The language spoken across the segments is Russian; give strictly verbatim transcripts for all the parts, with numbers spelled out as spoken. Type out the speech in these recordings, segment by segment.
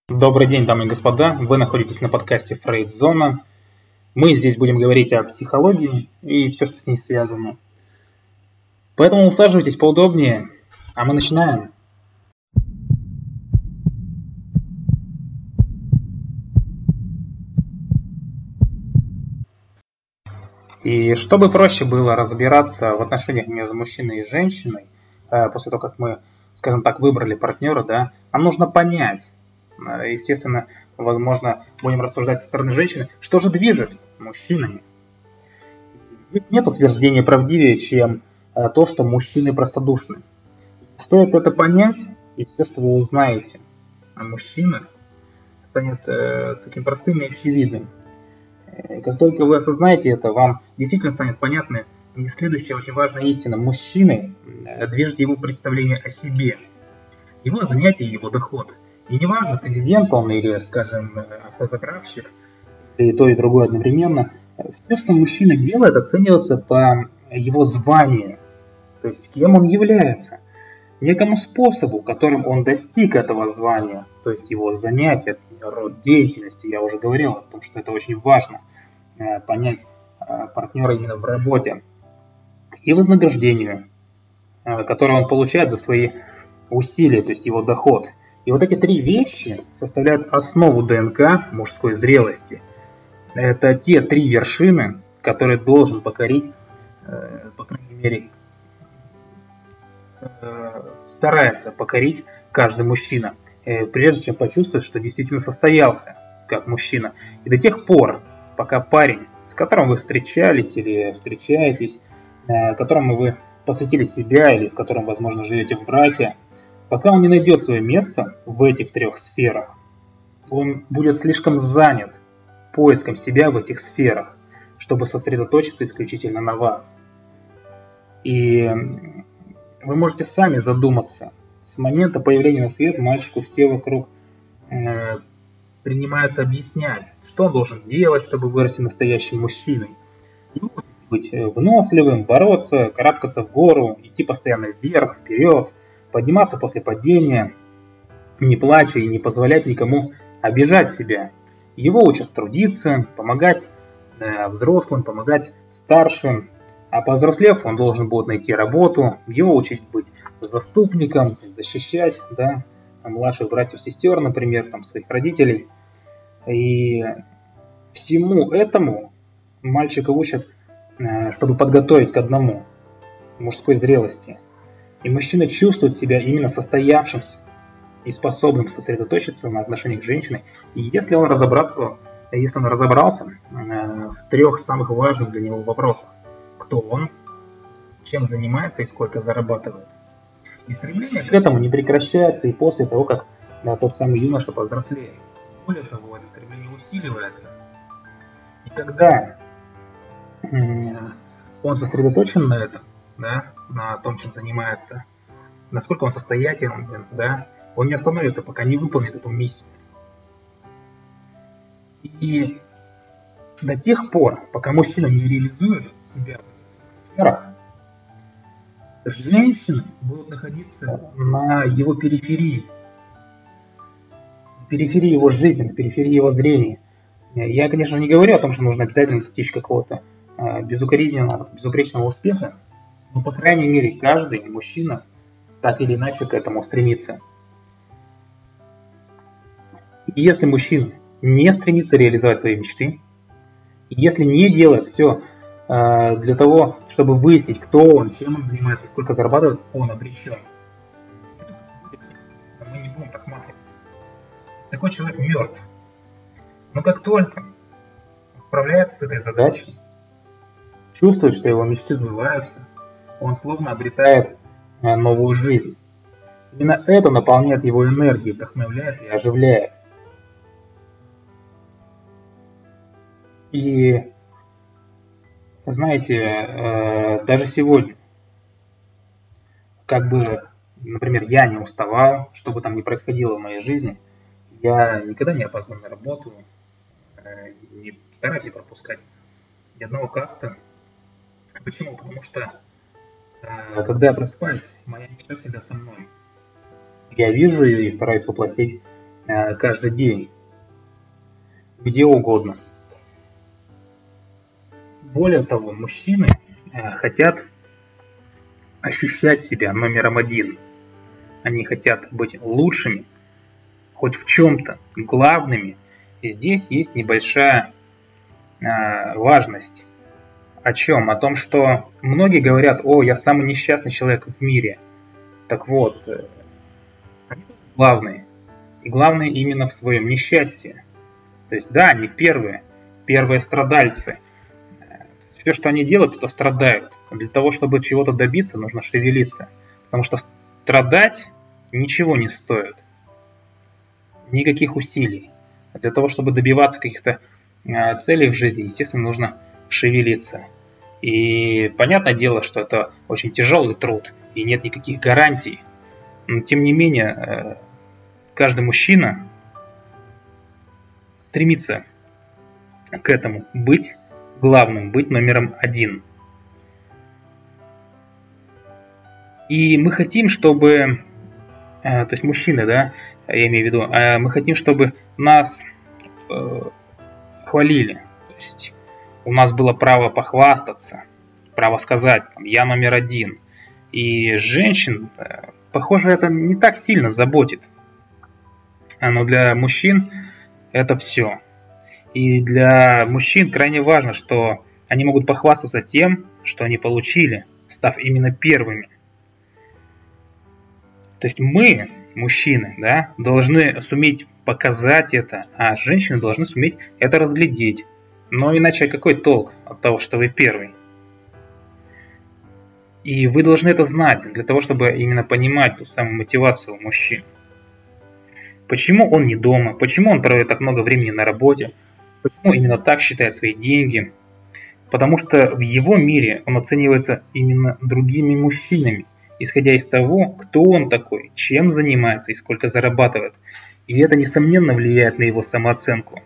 Добрый день, дамы и господа. Вы находитесь на подкасте Фрейд-зона. Мы здесь будем говорить о психологии и все, что с ней связано. Поэтому усаживайтесь поудобнее, а мы начинаем. И чтобы проще было разбираться в отношениях между мужчиной и женщиной, после того, как мы, скажем так, выбрали партнера, да, нам нужно понять, естественно, возможно, будем рассуждать со стороны женщины, что же движет мужчинами. Здесь нет утверждения правдивее, чем то, что мужчины простодушны. Стоит это понять, и все, что вы узнаете о мужчинах, станет э, таким простым и очевидным. И как только вы осознаете это, вам действительно станет понятна и следующая очень важная истина. Мужчины движет его представление о себе, его занятие, его доход. И неважно, президент он или, скажем, автозаправщик, и то, и другое одновременно, все, что мужчина делает, оценивается по его званию, то есть кем он является, некому способу, которым он достиг этого звания, то есть его занятие, род деятельности. Я уже говорил о том, что это очень важно, понять партнера именно в работе, и вознаграждению, которое он получает за свои усилия, то есть его доход. И вот эти три вещи составляют основу ДНК мужской зрелости. Это те три вершины, которые должен покорить, по крайней мере, старается покорить каждый мужчина, прежде чем почувствовать, что действительно состоялся как мужчина. И до тех пор, пока парень, с которым вы встречались или встречаетесь, которому вы посвятили себя или с которым, возможно, живете в браке, пока он не найдет свое место в этих трех сферах, он будет слишком занят поиском себя в этих сферах, чтобы сосредоточиться исключительно на вас. И вы можете сами задуматься. С момента появления на свет мальчику все вокруг э, принимаются объяснять, что он должен делать, чтобы вырасти настоящим мужчиной. Ему нужно быть выносливым, бороться, карабкаться в гору, идти постоянно вверх, вперед, подниматься после падения, не плача и не позволять никому обижать себя. Его учат трудиться, помогать э, взрослым, помогать старшим. А повзрослев, он должен будет найти работу, его учить быть заступником, защищать, да, младших братьев, сестер, например, там, своих родителей. И всему этому мальчика учат, э, чтобы подготовить к одному, мужской зрелости. И мужчина чувствует себя именно состоявшимся и способным сосредоточиться на отношениях с женщиной. И если он разобрался, если он разобрался в трех самых важных для него вопросах: кто он, чем занимается и сколько зарабатывает. И стремление к этому не прекращается и после того, как да, тот самый юноша повзрослеет. Более того, это стремление усиливается. И когда он сосредоточен на этом, да, на том, чем занимается, насколько он состоятелен, да, он не остановится, пока не выполнит эту миссию. И до тех пор, пока мужчина не реализует себя в сферах, женщины будут находиться на его периферии, на периферии его жизни, на периферии его зрения. Я, конечно, не говорю о том, что нужно обязательно достичь какого-то безукоризненного, безупречного успеха, но, по крайней мере, каждый мужчина так или иначе к этому стремится. И если мужчина не стремится реализовать свои мечты, если не делает все э, для того, чтобы выяснить, кто он, чем он занимается, сколько зарабатывает, он обречен. Мы не будем рассматривать. Такой человек мертв. Но как только он справляется с этой задачей, чувствует, что его мечты сбываются, он словно обретает э, новую жизнь. Именно это наполняет его энергией, вдохновляет и оживляет. И, знаете, э, даже сегодня, как бы, например, я не уставал, что бы там ни происходило в моей жизни, я никогда не опаздываю на работу, э, не стараюсь не пропускать ни одного каста. Почему? Потому что, э, когда я просыпаюсь, моя мечта всегда со мной. Я вижу ее и стараюсь воплотить э, каждый день, где угодно. Более того, мужчины э, хотят ощущать себя номером один. Они хотят быть лучшими, хоть в чем-то, главными. И здесь есть небольшая э, важность. О чем? О том, что многие говорят: о, я самый несчастный человек в мире. Так вот, э, они главные. И главные именно в своем несчастье. То есть, да, они первые, первые страдальцы. Все, что они делают, это страдают. Для того, чтобы чего-то добиться, нужно шевелиться. Потому что страдать ничего не стоит. Никаких усилий. А для того, чтобы добиваться каких-то э, целей в жизни, естественно, нужно шевелиться. И понятное дело, что это очень тяжелый труд, и нет никаких гарантий. Но тем не менее, э, каждый мужчина стремится к этому, быть главным, быть номером один. И мы хотим, чтобы, э, то есть мужчины, да, я имею в виду, э, мы хотим, чтобы нас э, хвалили. То есть у нас было право похвастаться, право сказать: я номер один. И женщин, э, похоже, это не так сильно заботит. Но для мужчин это все. И для мужчин крайне важно, что они могут похвастаться тем, что они получили, став именно первыми. То есть мы, мужчины, да, должны суметь показать это, а женщины должны суметь это разглядеть. Но иначе какой толк от того, что вы первый? И вы должны это знать, для того, чтобы именно понимать ту самую мотивацию мужчин. Почему он не дома, почему он проводит так много времени на работе, почему именно так считает свои деньги. Потому что в его мире он оценивается именно другими мужчинами, исходя из того, кто он такой, чем занимается и сколько зарабатывает. И это, несомненно, влияет на его самооценку.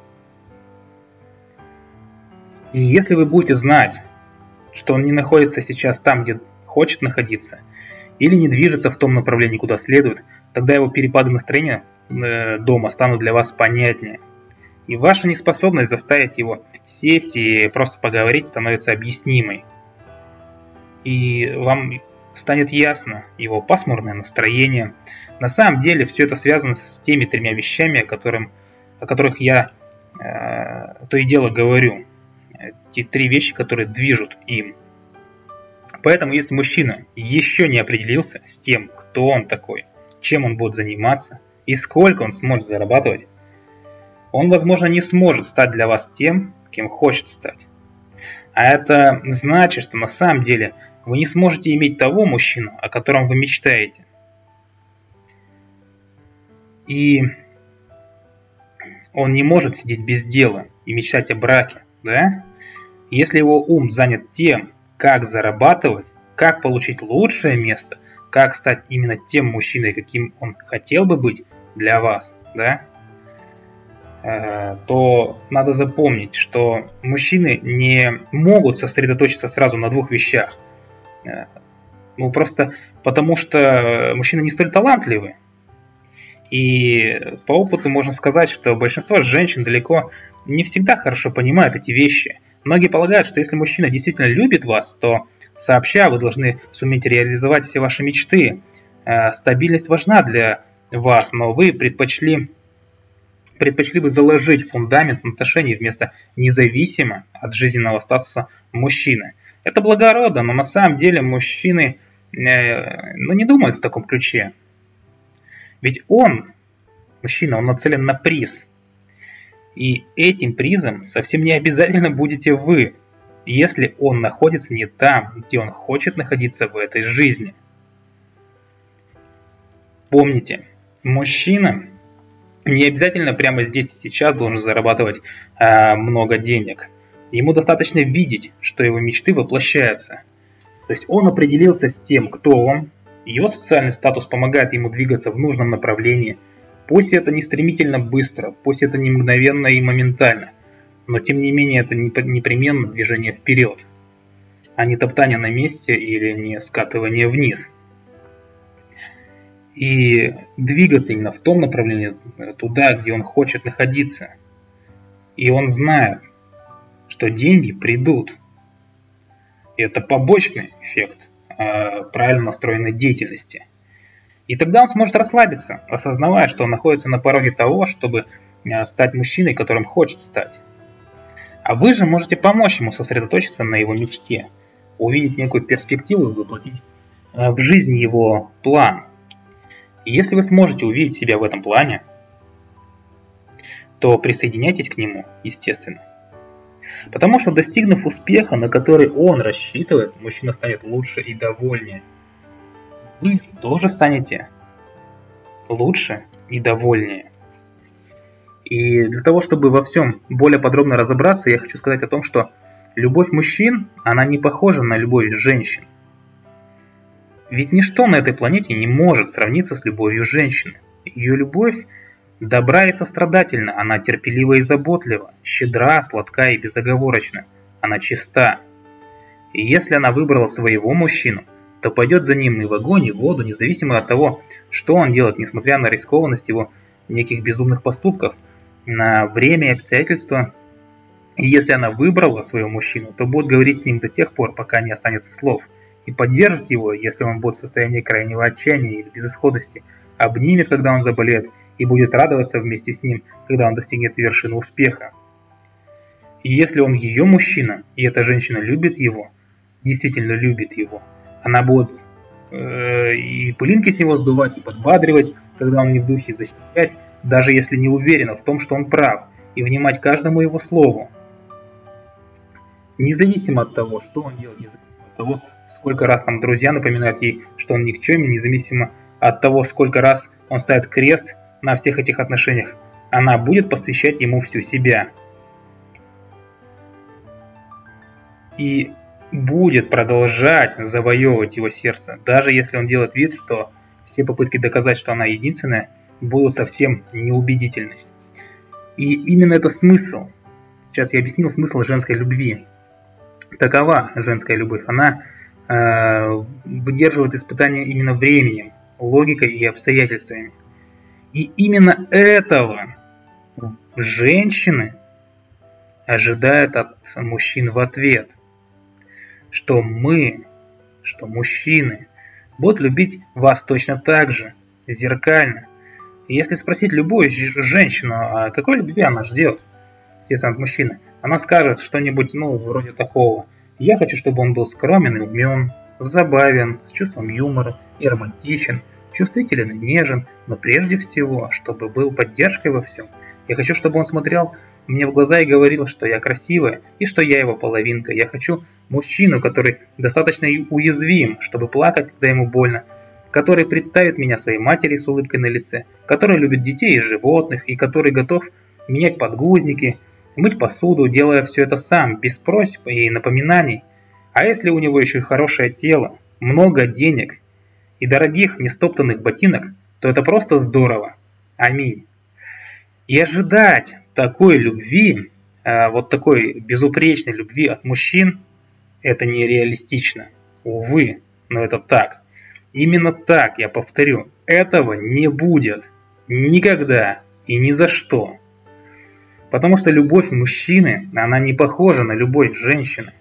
И если вы будете знать, что он не находится сейчас там, где хочет находиться, или не движется в том направлении, куда следует, тогда его перепады настроения дома станут для вас понятнее. И ваша неспособность заставить его сесть и просто поговорить становится объяснимой. И вам станет ясно его пасмурное настроение. На самом деле все это связано с теми тремя вещами, о, которым, о которых я э, то и дело говорю. Те три вещи, которые движут им. Поэтому, если мужчина еще не определился с тем, кто он такой, чем он будет заниматься и сколько он сможет зарабатывать, он, возможно, не сможет стать для вас тем, кем хочет стать. А это значит, что на самом деле вы не сможете иметь того мужчину, о котором вы мечтаете. И он не может сидеть без дела и мечтать о браке, да? Если его ум занят тем, как зарабатывать, как получить лучшее место, как стать именно тем мужчиной, каким он хотел бы быть для вас, да, то надо запомнить, что мужчины не могут сосредоточиться сразу на двух вещах. Ну, просто потому что мужчины не столь талантливы. И по опыту можно сказать, что большинство женщин далеко не всегда хорошо понимают эти вещи. Многие полагают, что если мужчина действительно любит вас, то сообща вы должны суметь реализовать все ваши мечты. Стабильность важна для вас, но вы предпочли, предпочли бы заложить фундамент отношений вместо независимо от жизненного статуса мужчины. Это благородно, но на самом деле мужчины э, ну, не думают в таком ключе. Ведь он, мужчина, он нацелен на приз. И этим призом совсем не обязательно будете вы, если он находится не там, где он хочет находиться в этой жизни. Помните, мужчина не обязательно прямо здесь и сейчас должен зарабатывать э, много денег. Ему достаточно видеть, что его мечты воплощаются. То есть он определился с тем, кто он. Его социальный статус помогает ему двигаться в нужном направлении. Пусть это не стремительно быстро, пусть это не мгновенно и моментально, но тем не менее это непременно движение вперед, а не топтание на месте или не скатывание вниз. и двигаться именно в том направлении, туда, где он хочет находиться. И он знает, что деньги придут. И это побочный эффект э, правильно настроенной деятельности. И тогда он сможет расслабиться, осознавая, что он находится на пороге того, чтобы э, стать мужчиной, которым хочет стать. А вы же можете помочь ему сосредоточиться на его мечте, увидеть некую перспективу и воплотить э, в жизни его план. И если вы сможете увидеть себя в этом плане, то присоединяйтесь к нему, естественно. Потому что, достигнув успеха, на который он рассчитывает, мужчина станет лучше и довольнее. Вы тоже станете лучше и довольнее. И для того, чтобы во всем более подробно разобраться, я хочу сказать о том, что любовь мужчин, она не похожа на любовь женщин. Ведь ничто на этой планете не может сравниться с любовью женщины. Ее любовь добра и сострадательна, она терпелива и заботлива, щедра, сладка и безоговорочна, она чиста. И если она выбрала своего мужчину, то пойдет за ним и в огонь, и в воду, независимо от того, что он делает, несмотря на рискованность его неких безумных поступков, на время и обстоятельства. И если она выбрала своего мужчину, то будет говорить с ним до тех пор, пока не останется слов, и поддержит его, если он будет в состоянии крайнего отчаяния или безысходности, обнимет, когда он заболеет, и будет радоваться вместе с ним, когда он достигнет вершины успеха. И если он ее мужчина, и эта женщина любит его, действительно любит его, она будет э, и пылинки с него сдувать, и подбадривать, когда он не в духе, защищать, даже если не уверена в том, что он прав, и внимать каждому его слову. Независимо от того, что он делает, независимо от того, сколько раз там друзья напоминают ей, что он никчемен, независимо от того, сколько раз он ставит крест на всех этих отношениях, она будет посвящать ему всю себя. И будет продолжать завоевывать его сердце, даже если он делает вид, что все попытки доказать, что она единственная, будут совсем неубедительны. И именно это смысл. Сейчас я объяснил смысл женской любви. Такова женская любовь. Она э, выдерживает испытания именно временем, логикой и обстоятельствами. И именно этого женщины ожидают от мужчин в ответ. Что мы, что мужчины будут любить вас точно так же, зеркально. И если спросить любую женщину, о какой любви она ждет, естественно, от мужчины, она скажет что-нибудь, ну, вроде такого. Я хочу, чтобы он был скромен и умен, забавен, с чувством юмора и романтичен, чувствителен и нежен, но прежде всего, чтобы был поддержкой во всем. Я хочу, чтобы он смотрел мне в глаза и говорил, что я красивая и что я его половинка. Я хочу мужчину, который достаточно уязвим, чтобы плакать, когда ему больно, который представит меня своей матери с улыбкой на лице, который любит детей и животных и который готов менять подгузники, мыть посуду, делая все это сам, без просьб и напоминаний. А если у него еще и хорошее тело, много денег и дорогих нестоптанных ботинок, то это просто здорово. Аминь. И ожидать такой любви, вот такой безупречной любви от мужчин, это нереалистично. Увы, но это так. Именно так, я повторю, этого не будет. Никогда и ни за что. Потому что любовь мужчины, она не похожа на любовь женщины.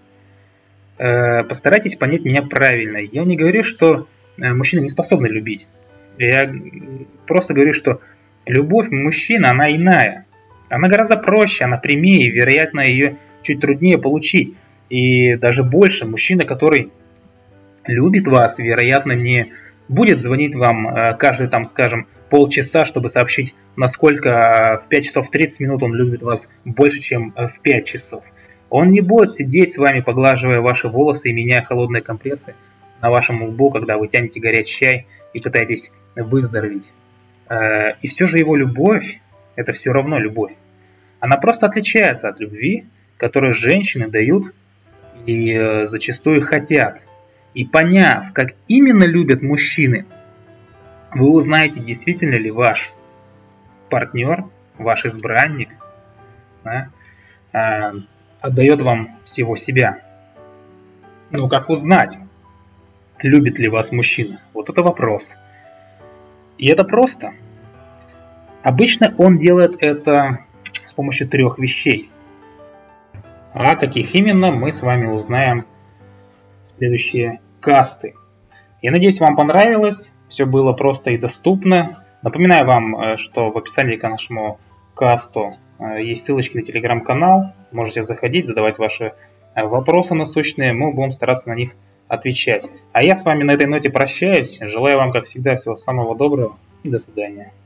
Постарайтесь понять меня правильно. Я не говорю, что мужчины не способны любить. Я просто говорю, что любовь мужчины, она иная. Она гораздо проще, она прямее, вероятно, ее чуть труднее получить. И даже больше, мужчина, который любит вас, вероятно, не будет звонить вам каждый, там, скажем, полчаса, чтобы сообщить, насколько в пять часов тридцать минут он любит вас больше, чем в пять часов. Он не будет сидеть с вами, поглаживая ваши волосы и меняя холодные компрессы на вашем лбу, когда вы тянете горячий чай и пытаетесь выздороветь. И все же его любовь, это все равно любовь. Она просто отличается от любви, которую женщины дают и зачастую хотят. И поняв, как именно любят мужчины, вы узнаете, действительно ли ваш партнер, ваш избранник, да, э, отдает вам всего себя. Но как узнать, любит ли вас мужчина? Вот это вопрос. И это просто. Обычно он делает это с помощью трех вещей. А каких именно, мы с вами узнаем в следующие касты. Я надеюсь, вам понравилось. Все было просто и доступно. Напоминаю вам, что в описании к нашему касту есть ссылочки на телеграм-канал. Можете заходить, задавать ваши вопросы насущные. Мы будем стараться на них отвечать. А я с вами на этой ноте прощаюсь. Желаю вам, как всегда, всего самого доброго и до свидания.